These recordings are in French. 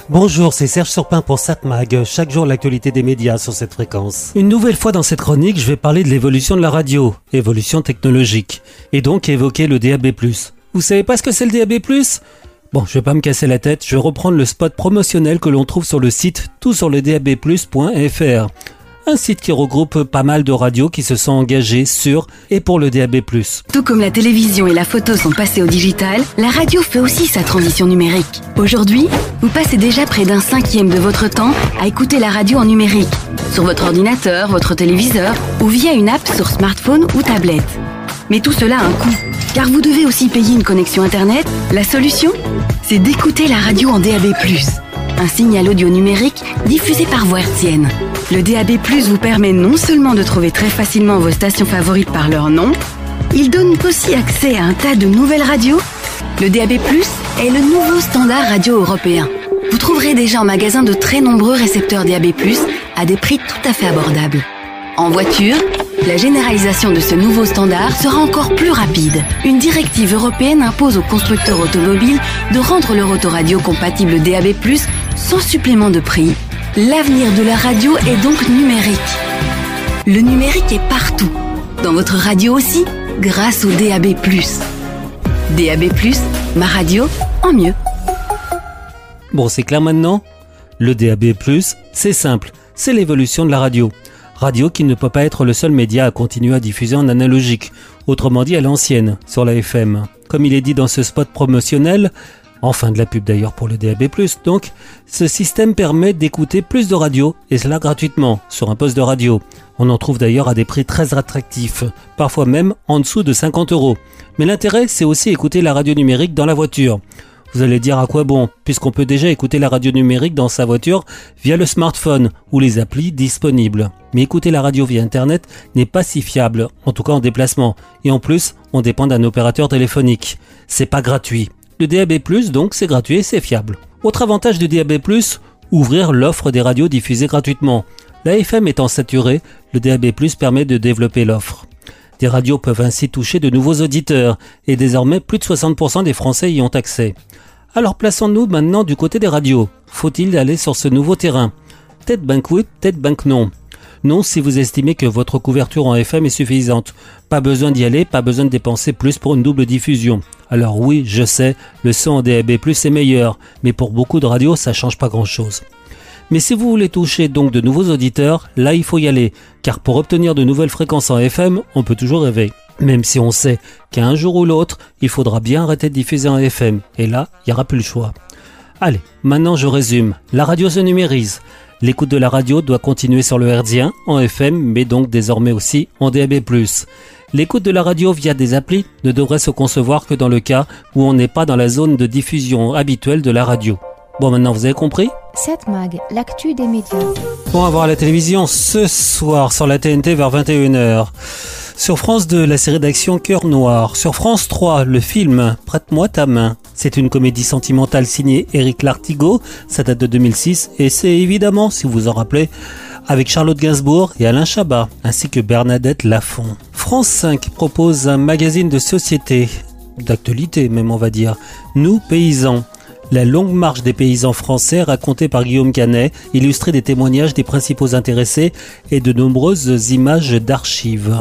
Bonjour, c'est Serge Surpin pour Satmag. Chaque jour, l'actualité des médias sur cette fréquence. Une nouvelle fois dans cette chronique, je vais parler de l'évolution de la radio, évolution technologique, et donc évoquer le DAB+. Vous savez pas ce que c'est le DAB+? Bon, je vais pas me casser la tête, je vais reprendre le spot promotionnel que l'on trouve sur le site toutsurledabplus.fr. Un site qui regroupe pas mal de radios qui se sont engagées sur et pour le DAB+. Tout comme la télévision et la photo sont passées au digital, la radio fait aussi sa transition numérique. Aujourd'hui, vous passez déjà près d'un 5e de votre temps à écouter la radio en numérique, sur votre ordinateur, votre téléviseur ou via une app sur smartphone ou tablette. Mais tout cela a un coût, car vous devez aussi payer une connexion internet. La solution, c'est d'écouter la radio en DAB+. Un signal audio numérique diffusé par voie hertzienne. Le DAB+ vous permet non seulement de trouver très facilement vos stations favorites par leur nom, il donne aussi accès à un tas de nouvelles radios. Le DAB+ est le nouveau standard radio européen. Vous trouverez déjà en magasin de très nombreux récepteurs DAB+, à des prix tout à fait abordables. En voiture, la généralisation de ce nouveau standard sera encore plus rapide. Une directive européenne impose aux constructeurs automobiles de rendre leur autoradio compatible DAB+, sans supplément de prix. L'avenir de la radio est donc numérique. Le numérique est partout, dans votre radio aussi, grâce au DAB+. DAB+, ma radio en mieux. Bon, c'est clair maintenant ? Le DAB+, c'est simple, c'est l'évolution de la radio. Radio qui ne peut pas être le seul média à continuer à diffuser en analogique, autrement dit à l'ancienne, sur la FM. Comme il est dit dans ce spot promotionnel, enfin de la pub d'ailleurs pour le DAB+, donc, ce système permet d'écouter plus de radio, et cela gratuitement, sur un poste de radio. On en trouve d'ailleurs à des prix très attractifs, parfois même en dessous de 50 €. Mais l'intérêt, c'est aussi écouter la radio numérique dans la voiture. Vous allez dire à quoi bon, puisqu'on peut déjà écouter la radio numérique dans sa voiture via le smartphone ou les applis disponibles. Mais écouter la radio via Internet n'est pas si fiable, en tout cas en déplacement. Et en plus, on dépend d'un opérateur téléphonique. C'est pas gratuit. Le DAB+, donc, c'est gratuit et c'est fiable. Autre avantage du DAB+, ouvrir l'offre des radios diffusées gratuitement. La FM étant saturée, le DAB+, permet de développer l'offre. Des radios peuvent ainsi toucher de nouveaux auditeurs, et désormais plus de 60% des Français y ont accès. Alors plaçons-nous maintenant du côté des radios. Faut-il aller sur ce nouveau terrain ? Peut-être banque oui, peut-être banque non. Non si vous estimez que votre couverture en FM est suffisante. Pas besoin d'y aller, pas besoin de dépenser plus pour une double diffusion. Alors oui, je sais, le son en DAB+ est meilleur, mais pour beaucoup de radios, ça change pas grand-chose. Mais si vous voulez toucher donc de nouveaux auditeurs, là il faut y aller, car pour obtenir de nouvelles fréquences en FM, on peut toujours rêver. Même si on sait qu'un jour ou l'autre, il faudra bien arrêter de diffuser en FM, et là, il n'y aura plus le choix. Allez, maintenant je résume. La radio se numérise. L'écoute de la radio doit continuer sur le hertzien, en FM, mais donc désormais aussi en DAB+. L'écoute de la radio via des applis ne devrait se concevoir que dans le cas où on n'est pas dans la zone de diffusion habituelle de la radio. Bon, maintenant vous avez compris ? Satmag, l'actu des médias. On va voir la télévision ce soir sur la TNT vers 21h. Sur France 2, la série d'action Cœur Noir. Sur France 3, le film Prête-moi ta main. C'est une comédie sentimentale signée Éric Lartigot. Ça date de 2006 et c'est évidemment, si vous vous en rappelez, avec Charlotte Gainsbourg et Alain Chabat, ainsi que Bernadette Lafont. France 5 propose un magazine de société, d'actualité même on va dire, Nous Paysans. La longue marche des paysans français racontée par Guillaume Canet, illustrée des témoignages des principaux intéressés et de nombreuses images d'archives.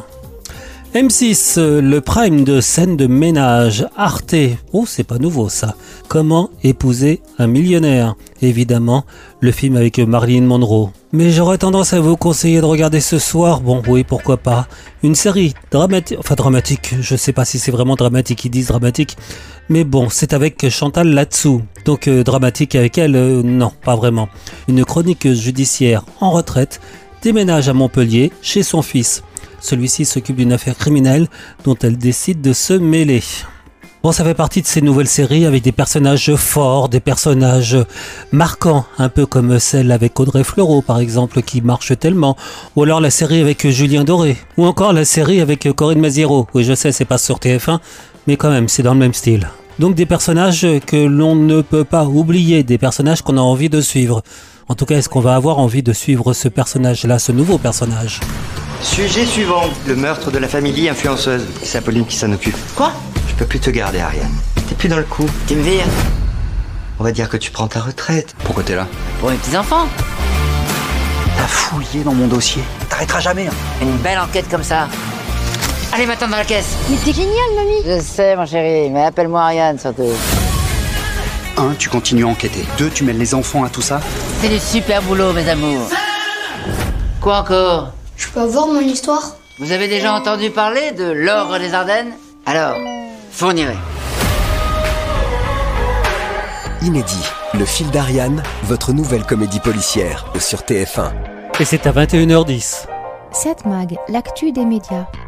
M6, le prime de scènes de ménage. Arte, oh c'est pas nouveau ça. Comment épouser un millionnaire. Évidemment, le film avec Marilyn Monroe. Mais j'aurais tendance à vous conseiller de regarder ce soir, bon oui pourquoi pas, une série dramatique, je sais pas si c'est vraiment dramatique, ils disent dramatique, mais bon, c'est avec Chantal Latsou, donc dramatique avec elle, non, pas vraiment. Une chronique judiciaire en retraite déménage à Montpellier chez son fils. Celui-ci s'occupe d'une affaire criminelle dont elle décide de se mêler. Bon, ça fait partie de ces nouvelles séries avec des personnages forts, des personnages marquants, un peu comme celle avec Audrey Fleurot par exemple, qui marche tellement, ou alors la série avec Julien Doré, ou encore la série avec Corinne Maziero. Oui, je sais, c'est pas sur TF1, mais quand même, c'est dans le même style. Donc des personnages que l'on ne peut pas oublier, des personnages qu'on a envie de suivre. En tout cas, est-ce qu'on va avoir envie de suivre ce personnage-là, ce nouveau personnage ? Sujet suivant, le meurtre de la famille influenceuse. C'est Apolline qui s'en occupe. Quoi ? Je peux plus te garder, Ariane. T'es plus dans le coup. Tu me vires ? On va dire que tu prends ta retraite. Pourquoi t'es là? Pour mes petits-enfants. T'as fouillé dans mon dossier. T'arrêteras jamais. Une belle enquête comme ça. Allez, va-t'en dans la caisse. Mais t'es génial, mamie. Je sais, mon chéri, mais appelle-moi Ariane, surtout. 1, tu continues à enquêter. 2, tu mêles les enfants à tout ça. C'est du super boulot, mes amours. Quoi encore? Je peux avoir mon histoire? Vous avez déjà entendu parler de l'Ogre des Ardennes? Alors, fournirez. Inédit, Le fil d'Ariane, votre nouvelle comédie policière sur TF1. Et c'est à 21h10. 7 Mag, l'actu des médias.